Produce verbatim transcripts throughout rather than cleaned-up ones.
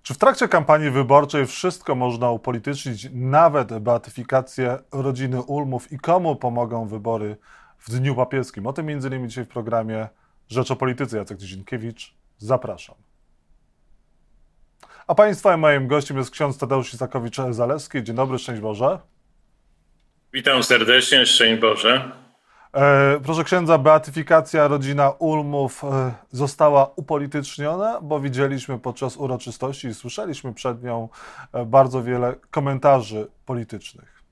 Czy w trakcie kampanii wyborczej wszystko można upolitycznić, nawet beatyfikację rodziny Ulmów i komu pomogą wybory w Dniu Papieskim? O tym między innymi dzisiaj w programie Rzecz o Polityce. Jacek Dzienkiewicz, zapraszam. A Państwa i moim gościem jest ksiądz Tadeusz Isakowicz-Zalewski. Dzień dobry, szczęść Boże. Witam serdecznie, szczęść Boże. E, proszę księdza, beatyfikacja rodzina Ulmów e, została upolityczniona, bo widzieliśmy podczas uroczystości i słyszeliśmy przed nią e, bardzo wiele komentarzy politycznych.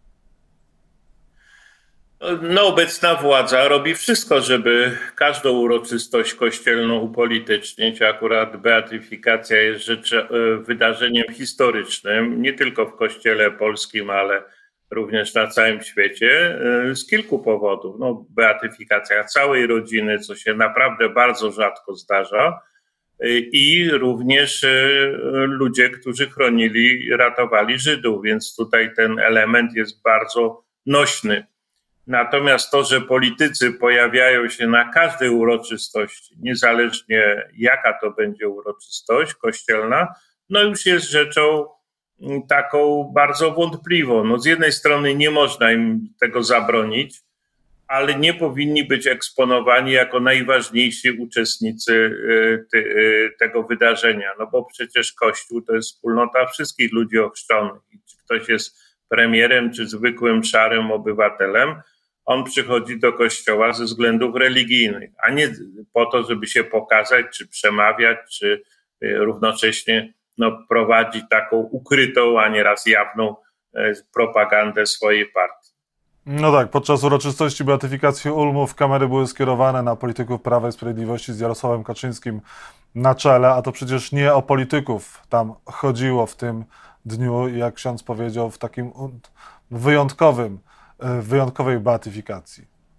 No, obecna władza robi wszystko, żeby każdą uroczystość kościelną upolitycznić. Akurat beatyfikacja jest rzecz, wydarzeniem historycznym, nie tylko w kościele polskim, ale również na całym świecie, z kilku powodów. No, beatyfikacja całej rodziny, co się naprawdę bardzo rzadko zdarza, i również ludzie, którzy chronili, ratowali Żydów, więc tutaj ten element jest bardzo nośny. Natomiast to, że politycy pojawiają się na każdej uroczystości, niezależnie jaka to będzie uroczystość kościelna, no już jest rzeczą taką bardzo wątpliwą. No z jednej strony nie można im tego zabronić, ale nie powinni być eksponowani jako najważniejsi uczestnicy te, tego wydarzenia. No bo przecież Kościół to jest wspólnota wszystkich ludzi ochrzczonych. I czy ktoś jest premierem, czy zwykłym szarym obywatelem, on przychodzi do kościoła ze względów religijnych, a nie po to, żeby się pokazać, czy przemawiać, czy równocześnie no, prowadzić taką ukrytą, a nieraz jawną propagandę swojej partii. No tak, podczas uroczystości beatyfikacji Ulmów kamery były skierowane na polityków Prawa i Sprawiedliwości z Jarosławem Kaczyńskim na czele, a to przecież nie o polityków tam chodziło w tym dniu, jak ksiądz powiedział, w takim wyjątkowym wyjątkowej beatyfikacji.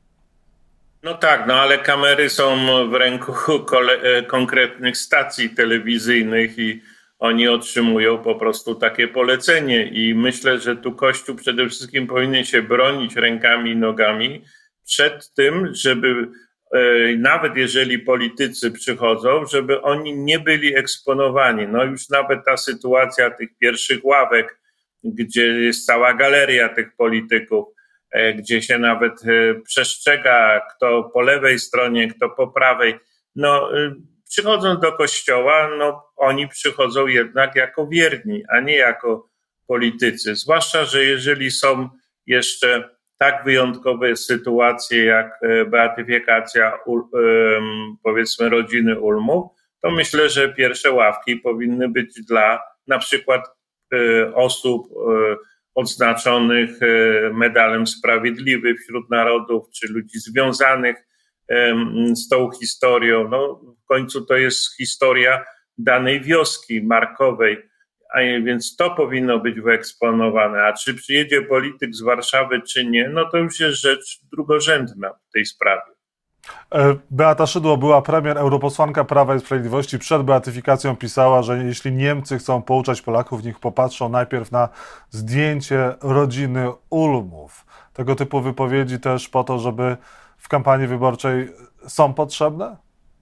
No tak, no ale kamery są w ręku kole- konkretnych stacji telewizyjnych i oni otrzymują po prostu takie polecenie i myślę, że tu Kościół przede wszystkim powinien się bronić rękami i nogami przed tym, żeby e, nawet jeżeli politycy przychodzą, żeby oni nie byli eksponowani. No już nawet ta sytuacja tych pierwszych ławek, gdzie jest cała galeria tych polityków, gdzie się nawet przestrzega, kto po lewej stronie, kto po prawej. No, przychodząc do kościoła, no, oni przychodzą jednak jako wierni, a nie jako politycy. Zwłaszcza, że jeżeli są jeszcze tak wyjątkowe sytuacje jak beatyfikacja, powiedzmy, rodziny Ulmów, to myślę, że pierwsze ławki powinny być dla na przykład osób odznaczonych medalem Sprawiedliwy wśród narodów, czy ludzi związanych z tą historią. No, w końcu to jest historia danej wioski markowej, a więc to powinno być wyeksponowane. A czy przyjedzie polityk z Warszawy, czy nie, no to już jest rzecz drugorzędna w tej sprawie. Beata Szydło, była premier, europosłanka Prawa i Sprawiedliwości, przed beatyfikacją pisała, że jeśli Niemcy chcą pouczać Polaków, niech popatrzą najpierw na zdjęcie rodziny Ulmów. Tego typu wypowiedzi też po to, żeby w kampanii wyborczej są potrzebne?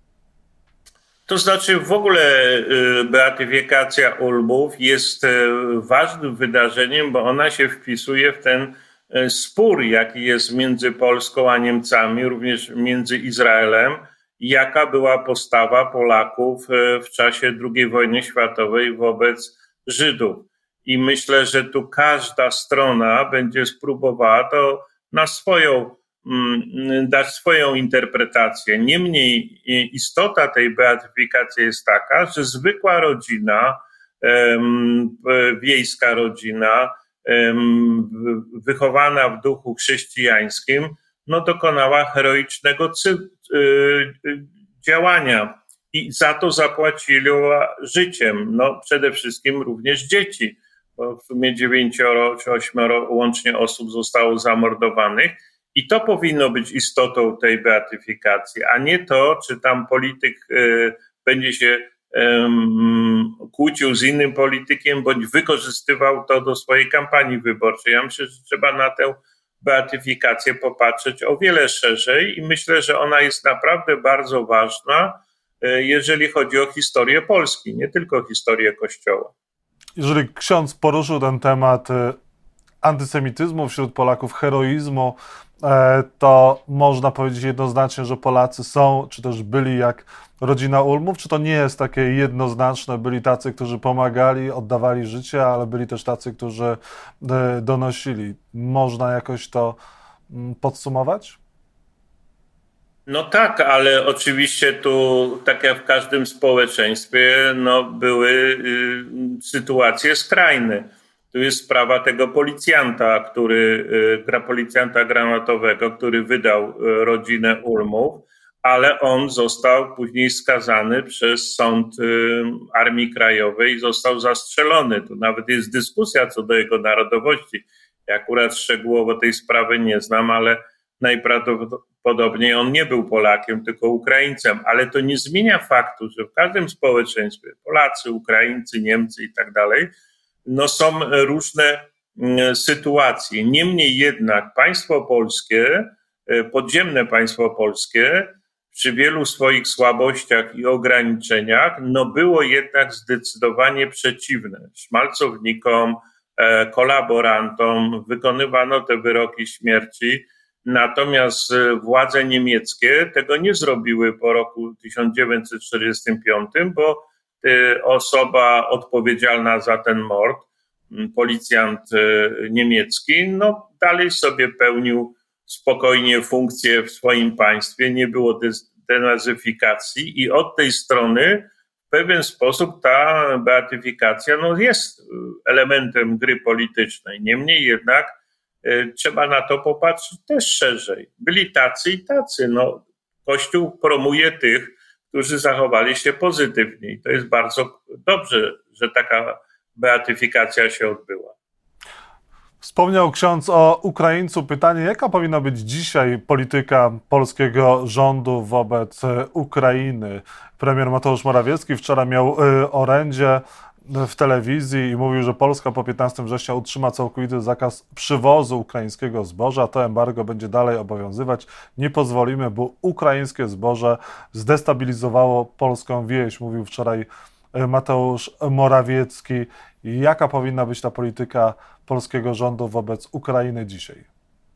To znaczy w ogóle beatyfikacja Ulmów jest ważnym wydarzeniem, bo ona się wpisuje w ten spór, jaki jest między Polską a Niemcami, również między Izraelem, jaka była postawa Polaków w czasie drugiej wojny światowej wobec Żydów. I myślę, że tu każda strona będzie spróbowała to na swoją, dać swoją interpretację. Niemniej istota tej beatyfikacji jest taka, że zwykła rodzina, wiejska rodzina, wychowana w duchu chrześcijańskim, no dokonała heroicznego cy- działania i za to zapłaciła życiem. No przede wszystkim również dzieci, bo w sumie dziewięcioro czy ośmioro łącznie osób zostało zamordowanych i to powinno być istotą tej beatyfikacji, a nie to, czy tam polityk y, będzie się kłócił z innym politykiem, bądź wykorzystywał to do swojej kampanii wyborczej. Ja myślę, że trzeba na tę beatyfikację popatrzeć o wiele szerzej i myślę, że ona jest naprawdę bardzo ważna jeżeli chodzi o historię Polski, nie tylko historię Kościoła. Jeżeli ksiądz poruszył ten temat antysemityzmu wśród Polaków, heroizmu, to można powiedzieć jednoznacznie, że Polacy są, czy też byli jak rodzina Ulmów, czy to nie jest takie jednoznaczne? Byli tacy, którzy pomagali, oddawali życie, ale byli też tacy, którzy donosili. Można jakoś to podsumować? No tak, ale oczywiście tu, tak jak w każdym społeczeństwie, no były y, sytuacje skrajne. Tu jest sprawa tego policjanta, który, y, policjanta granatowego, który wydał y, rodzinę Ulmów, ale on został później skazany przez sąd y, Armii Krajowej i został zastrzelony. Tu nawet jest dyskusja co do jego narodowości. Ja akurat szczegółowo tej sprawy nie znam, ale najprawdopodobniej on nie był Polakiem, tylko Ukraińcem, ale to nie zmienia faktu, że w każdym społeczeństwie Polacy, Ukraińcy, Niemcy i tak dalej, no są różne sytuacje. Niemniej jednak państwo polskie, podziemne państwo polskie przy wielu swoich słabościach i ograniczeniach, no było jednak zdecydowanie przeciwne. Szmalcownikom, kolaborantom wykonywano te wyroki śmierci. Natomiast władze niemieckie tego nie zrobiły po roku tysiąc dziewięćset czterdziestym piątym, bo osoba odpowiedzialna za ten mord, policjant niemiecki, no dalej sobie pełnił spokojnie funkcję w swoim państwie, nie było denazyfikacji i od tej strony w pewien sposób ta beatyfikacja no, jest elementem gry politycznej. Niemniej jednak trzeba na to popatrzeć też szerzej. Byli tacy i tacy. No, Kościół promuje tych, którzy zachowali się pozytywnie. I to jest bardzo dobrze, że taka beatyfikacja się odbyła. Wspomniał ksiądz o Ukraińcu. Pytanie, jaka powinna być dzisiaj polityka polskiego rządu wobec Ukrainy? Premier Mateusz Morawiecki wczoraj miał orędzie w telewizji i mówił, że Polska po piętnastego września utrzyma całkowity zakaz przywozu ukraińskiego zboża. To embargo będzie dalej obowiązywać. Nie pozwolimy, bo ukraińskie zboże zdestabilizowało polską wieś, mówił wczoraj Mateusz Morawiecki. Jaka powinna być ta polityka polskiego rządu wobec Ukrainy dzisiaj?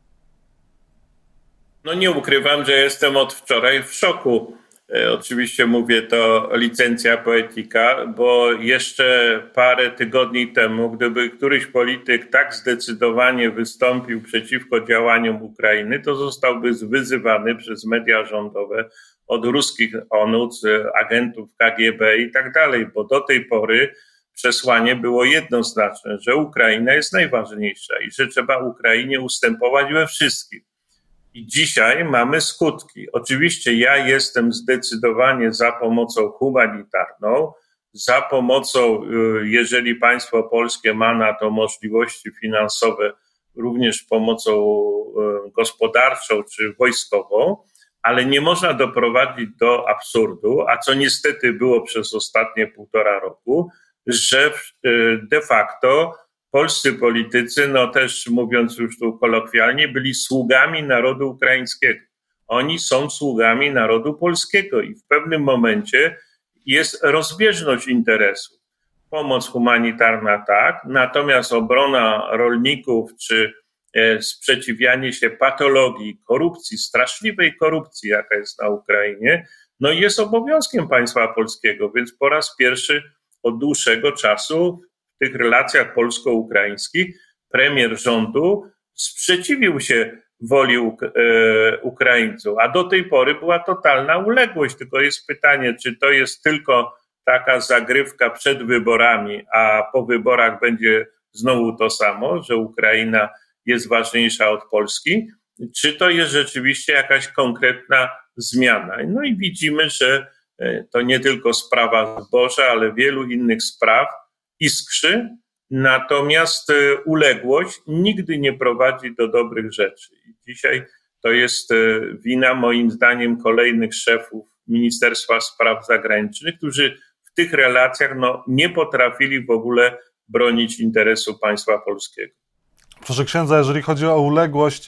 No nie ukrywam, że jestem od wczoraj w szoku. Oczywiście mówię to licencja poetyka, bo jeszcze parę tygodni temu, gdyby któryś polityk tak zdecydowanie wystąpił przeciwko działaniom Ukrainy, to zostałby wyzywany przez media rządowe od ruskich onuc, agentów K G B i tak dalej, bo do tej pory przesłanie było jednoznaczne, że Ukraina jest najważniejsza i że trzeba Ukrainie ustępować we wszystkim. I dzisiaj mamy skutki. Oczywiście ja jestem zdecydowanie za pomocą humanitarną, za pomocą, jeżeli państwo polskie ma na to możliwości finansowe, również pomocą gospodarczą czy wojskową, ale nie można doprowadzić do absurdu, a co niestety było przez ostatnie półtora roku, że de facto polscy politycy, no też mówiąc już tu kolokwialnie, byli sługami narodu ukraińskiego. Oni są sługami narodu polskiego i w pewnym momencie jest rozbieżność interesów. Pomoc humanitarna tak, natomiast obrona rolników czy sprzeciwianie się patologii, korupcji, straszliwej korupcji, jaka jest na Ukrainie, no jest obowiązkiem państwa polskiego, więc po raz pierwszy od dłuższego czasu w tych relacjach polsko-ukraińskich premier rządu sprzeciwił się woli Uk- e, Ukraińców, a do tej pory była totalna uległość. Tylko jest pytanie, czy to jest tylko taka zagrywka przed wyborami, a po wyborach będzie znowu to samo, że Ukraina jest ważniejsza od Polski, czy to jest rzeczywiście jakaś konkretna zmiana. No i widzimy, że to nie tylko sprawa zboża, ale wielu innych spraw iskrzy, natomiast uległość nigdy nie prowadzi do dobrych rzeczy. I dzisiaj to jest wina moim zdaniem kolejnych szefów Ministerstwa Spraw Zagranicznych, którzy w tych relacjach no, nie potrafili w ogóle bronić interesu państwa polskiego. Proszę księdza, jeżeli chodzi o uległość,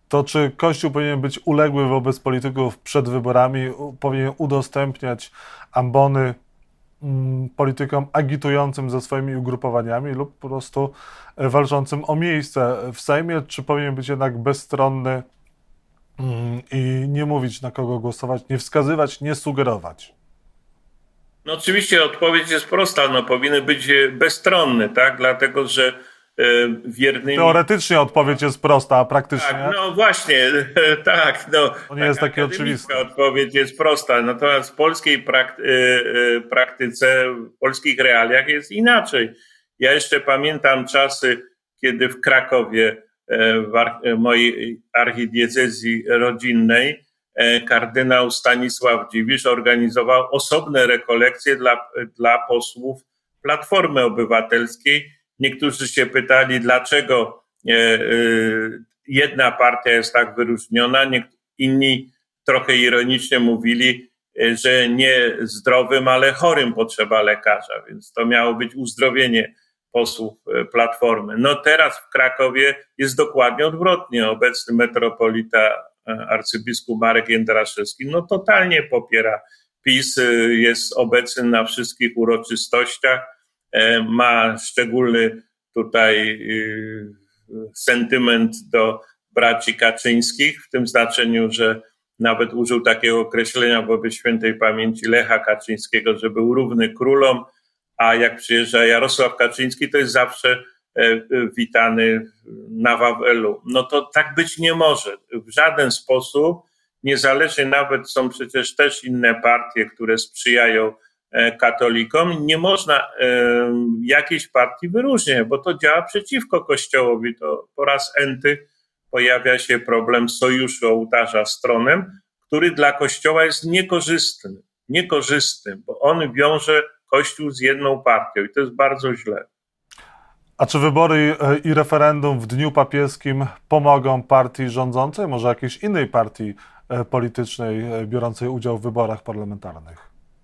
To czy Kościół powinien być uległy wobec polityków przed wyborami, powinien udostępniać ambony mm, politykom agitującym ze swoimi ugrupowaniami lub po prostu walczącym o miejsce w Sejmie, czy powinien być jednak bezstronny mm, i nie mówić, na kogo głosować, nie wskazywać, nie sugerować? No oczywiście odpowiedź jest prosta, no powinien być bezstronny, tak, dlatego że wiernymi... Teoretycznie odpowiedź jest prosta, a praktycznie... Tak, no właśnie, tak. No, to nie jest takie oczywiste. Odpowiedź jest prosta, natomiast w polskiej prakty- praktyce, w polskich realiach jest inaczej. Ja jeszcze pamiętam czasy, kiedy w Krakowie, w ar- mojej archidiecezji rodzinnej, kardynał Stanisław Dziwisz organizował osobne rekolekcje dla, dla posłów Platformy Obywatelskiej. Niektórzy się pytali, dlaczego jedna partia jest tak wyróżniona, inni trochę ironicznie mówili, że nie zdrowym, ale chorym potrzeba lekarza, więc to miało być uzdrowienie posłów Platformy. No teraz w Krakowie jest dokładnie odwrotnie. Obecny metropolita arcybiskup Marek Jędraszewski no totalnie popiera PiS, jest obecny na wszystkich uroczystościach, ma szczególny tutaj sentyment do braci Kaczyńskich, w tym znaczeniu, że nawet użył takiego określenia wobec świętej pamięci Lecha Kaczyńskiego, że był równy królom, a jak przyjeżdża Jarosław Kaczyński, to jest zawsze witany na Wawelu. No to tak być nie może. W żaden sposób, niezależnie nawet są przecież też inne partie, które sprzyjają katolikom, nie można jakiejś partii wyróżniać, bo to działa przeciwko Kościołowi. To po raz enty pojawia się problem sojuszu ołtarza z tronem, który dla Kościoła jest niekorzystny. Niekorzystny, bo on wiąże Kościół z jedną partią i to jest bardzo źle. A czy wybory i referendum w dniu papieskim pomogą partii rządzącej, może jakiejś innej partii politycznej biorącej udział w wyborach parlamentarnych?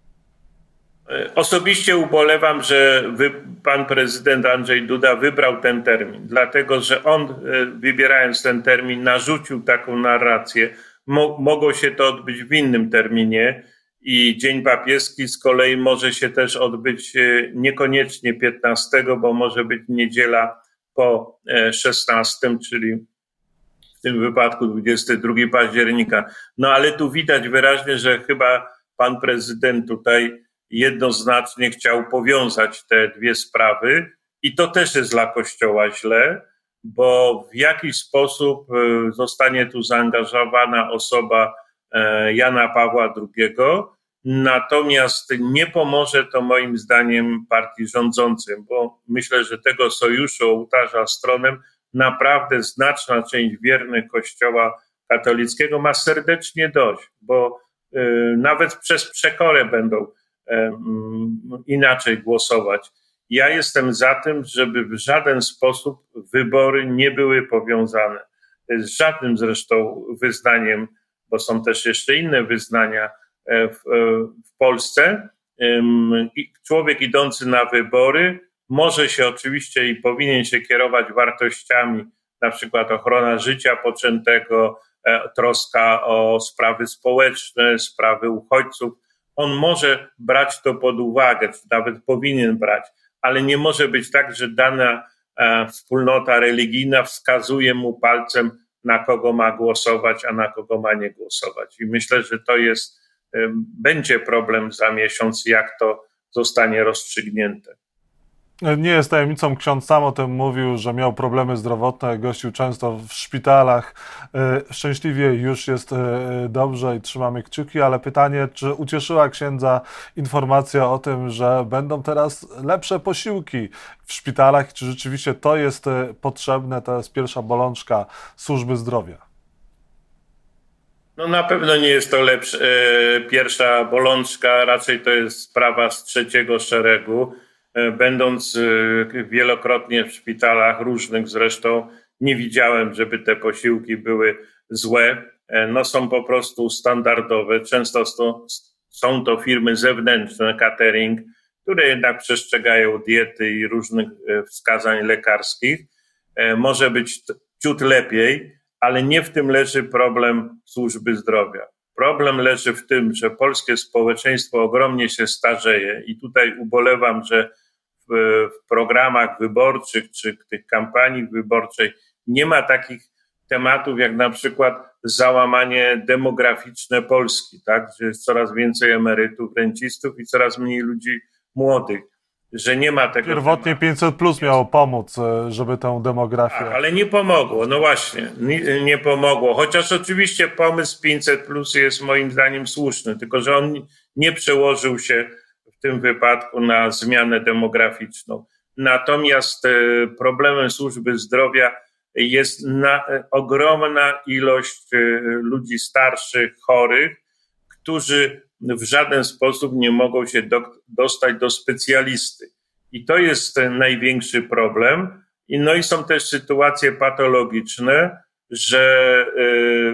Osobiście ubolewam, że wy, pan prezydent Andrzej Duda wybrał ten termin, dlatego że on, wybierając ten termin, narzucił taką narrację. Mo, mogło się to odbyć w innym terminie i Dzień Papieski z kolei może się też odbyć niekoniecznie piętnastego, bo może być niedziela po szesnastego, czyli w tym wypadku dwudziestego drugiego października. No ale tu widać wyraźnie, że chyba pan prezydent tutaj jednoznacznie chciał powiązać te dwie sprawy i to też jest dla Kościoła źle, bo w jakiś sposób zostanie tu zaangażowana osoba Jana Pawła drugiego, natomiast nie pomoże to moim zdaniem partii rządzącym, bo myślę, że tego sojuszu ołtarza z tronem naprawdę znaczna część wiernych Kościoła katolickiego ma serdecznie dość, bo nawet przez przekorę będą inaczej głosować. Ja jestem za tym, żeby w żaden sposób wybory nie były powiązane z żadnym zresztą wyznaniem, bo są też jeszcze inne wyznania w, w Polsce. Człowiek idący na wybory może się oczywiście i powinien się kierować wartościami, na przykład ochrona życia poczętego, troska o sprawy społeczne, sprawy uchodźców. On może brać to pod uwagę, czy nawet powinien brać, ale nie może być tak, że dana e, wspólnota religijna wskazuje mu palcem, na kogo ma głosować, a na kogo ma nie głosować. I myślę, że to jest, e, będzie problem za miesiąc, jak to zostanie rozstrzygnięte. Nie jest tajemnicą, ksiądz sam o tym mówił, że miał problemy zdrowotne, gościł często w szpitalach. Szczęśliwie już jest dobrze i trzymamy kciuki, ale pytanie, czy ucieszyła księdza informacja o tym, że będą teraz lepsze posiłki w szpitalach? Czy rzeczywiście to jest potrzebne, to jest pierwsza bolączka służby zdrowia? No na pewno nie jest to lepsza, pierwsza bolączka, raczej to jest sprawa z trzeciego szeregu. Będąc wielokrotnie w szpitalach różnych zresztą, nie widziałem, żeby te posiłki były złe. No są po prostu standardowe. Często są to firmy zewnętrzne, catering, które jednak przestrzegają diety i różnych wskazań lekarskich. Może być ciut lepiej, ale nie w tym leży problem służby zdrowia. Problem leży w tym, że polskie społeczeństwo ogromnie się starzeje i tutaj ubolewam, że w, w programach wyborczych czy w tych kampanii wyborczej nie ma takich tematów jak na przykład załamanie demograficzne Polski, tak, że jest coraz więcej emerytów, rencistów i coraz mniej ludzi młodych, że nie ma tego. Pierwotnie pięćset plus miało pomóc, żeby tę demografię. Tak, ale nie pomogło, no właśnie, nie, nie pomogło, chociaż oczywiście pomysł pięćset plus jest moim zdaniem słuszny, tylko że on nie przełożył się w tym wypadku na zmianę demograficzną. Natomiast problemem służby zdrowia jest na, ogromna ilość ludzi starszych, chorych, którzy w żaden sposób nie mogą się do, dostać do specjalisty. I to jest ten największy problem. I no i są też sytuacje patologiczne, że y,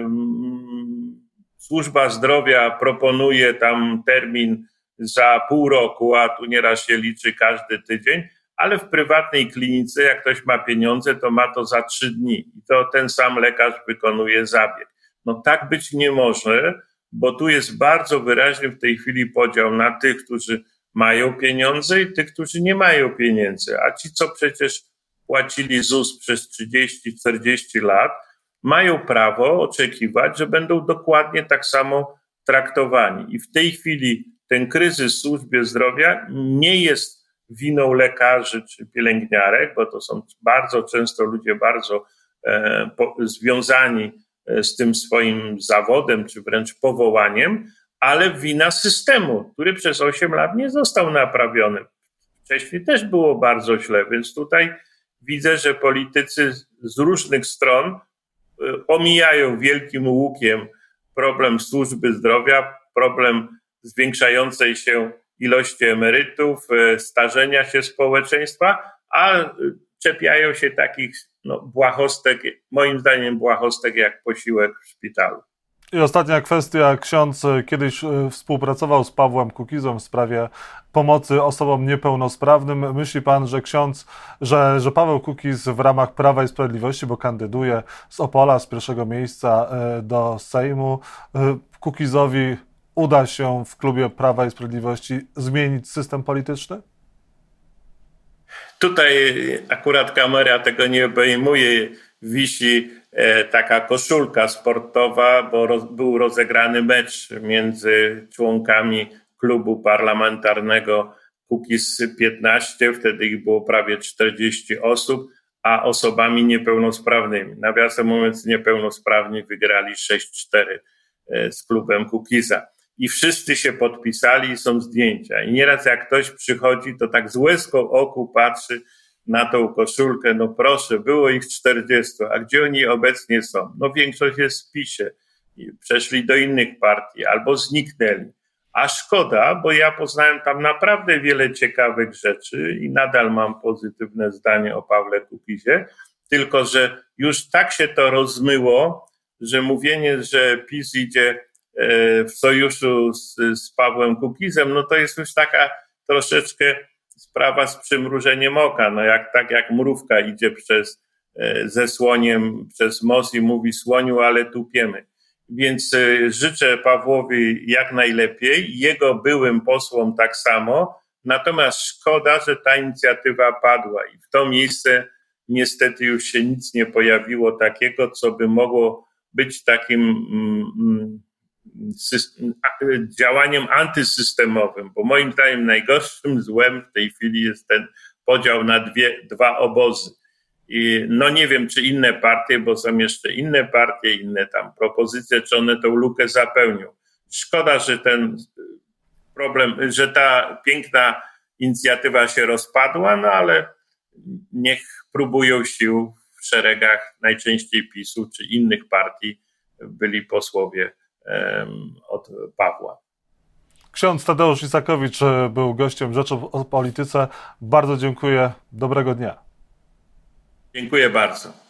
służba zdrowia proponuje tam termin za pół roku, a tu nieraz się liczy każdy tydzień, ale w prywatnej klinice, jak ktoś ma pieniądze, to ma to za trzy dni i to ten sam lekarz wykonuje zabieg. No tak być nie może, bo tu jest bardzo wyraźny w tej chwili podział na tych, którzy mają pieniądze i tych, którzy nie mają pieniędzy, a ci, co przecież płacili ZUS przez trzydzieści czterdzieści lat, mają prawo oczekiwać, że będą dokładnie tak samo traktowani. I w tej chwili ten kryzys w służbie zdrowia nie jest winą lekarzy czy pielęgniarek, bo to są bardzo często ludzie bardzo e, po, związani z tym swoim zawodem, czy wręcz powołaniem, ale wina systemu, który przez osiem lat nie został naprawiony. Wcześniej też było bardzo źle, więc tutaj widzę, że politycy z różnych stron omijają wielkim łukiem problem służby zdrowia, problem zwiększającej się ilości emerytów, starzenia się społeczeństwa, a czepiają się takich no, błahostek, moim zdaniem błahostek jak posiłek w szpitalu. I ostatnia kwestia. Ksiądz kiedyś współpracował z Pawłem Kukizą w sprawie pomocy osobom niepełnosprawnym. Myśli pan, że ksiądz, że, że Paweł Kukiz w ramach Prawa i Sprawiedliwości, bo kandyduje z Opola, z pierwszego miejsca do Sejmu, Kukizowi uda się w klubie Prawa i Sprawiedliwości zmienić system polityczny? Tutaj akurat kamera tego nie obejmuje. Wisi taka koszulka sportowa, bo roz, był rozegrany mecz między członkami klubu parlamentarnego Kukiz piętnaście, wtedy ich było prawie czterdzieści osób, a osobami niepełnosprawnymi. Nawiasem mówiąc, niepełnosprawni wygrali sześć cztery z klubem Kukiza. I wszyscy się podpisali, są zdjęcia. I nieraz jak ktoś przychodzi, to tak z łezką oku patrzy na tą koszulkę. No proszę, było ich czterdziestu, a gdzie oni obecnie są? No większość jest w PiSie. Przeszli do innych partii albo zniknęli. A szkoda, bo ja poznałem tam naprawdę wiele ciekawych rzeczy i nadal mam pozytywne zdanie o Pawle Kukizie, tylko że już tak się to rozmyło, że mówienie, że PiS idzie w sojuszu z, z Pawłem Kukizem, no to jest już taka troszeczkę sprawa z przymrużeniem oka. No jak, tak jak mrówka idzie przez, ze słoniem przez most i mówi: słoniu, ale tupiemy. Więc życzę Pawłowi jak najlepiej, jego byłym posłom tak samo, natomiast szkoda, że ta inicjatywa padła i w to miejsce niestety już się nic nie pojawiło takiego, co by mogło być takim mm, system, działaniem antysystemowym, bo moim zdaniem najgorszym złem w tej chwili jest ten podział na dwie, dwa obozy. I no nie wiem, czy inne partie, bo są jeszcze inne partie, inne tam propozycje, czy one tą lukę zapełnią. Szkoda, że ten problem, że ta piękna inicjatywa się rozpadła, no ale niech próbują sił w szeregach najczęściej PiSu czy innych partii byli posłowie um, od Pawła. Ksiądz Tadeusz Isakowicz był gościem Rzeczy o Polityce. Bardzo dziękuję. Dobrego dnia. Dziękuję bardzo.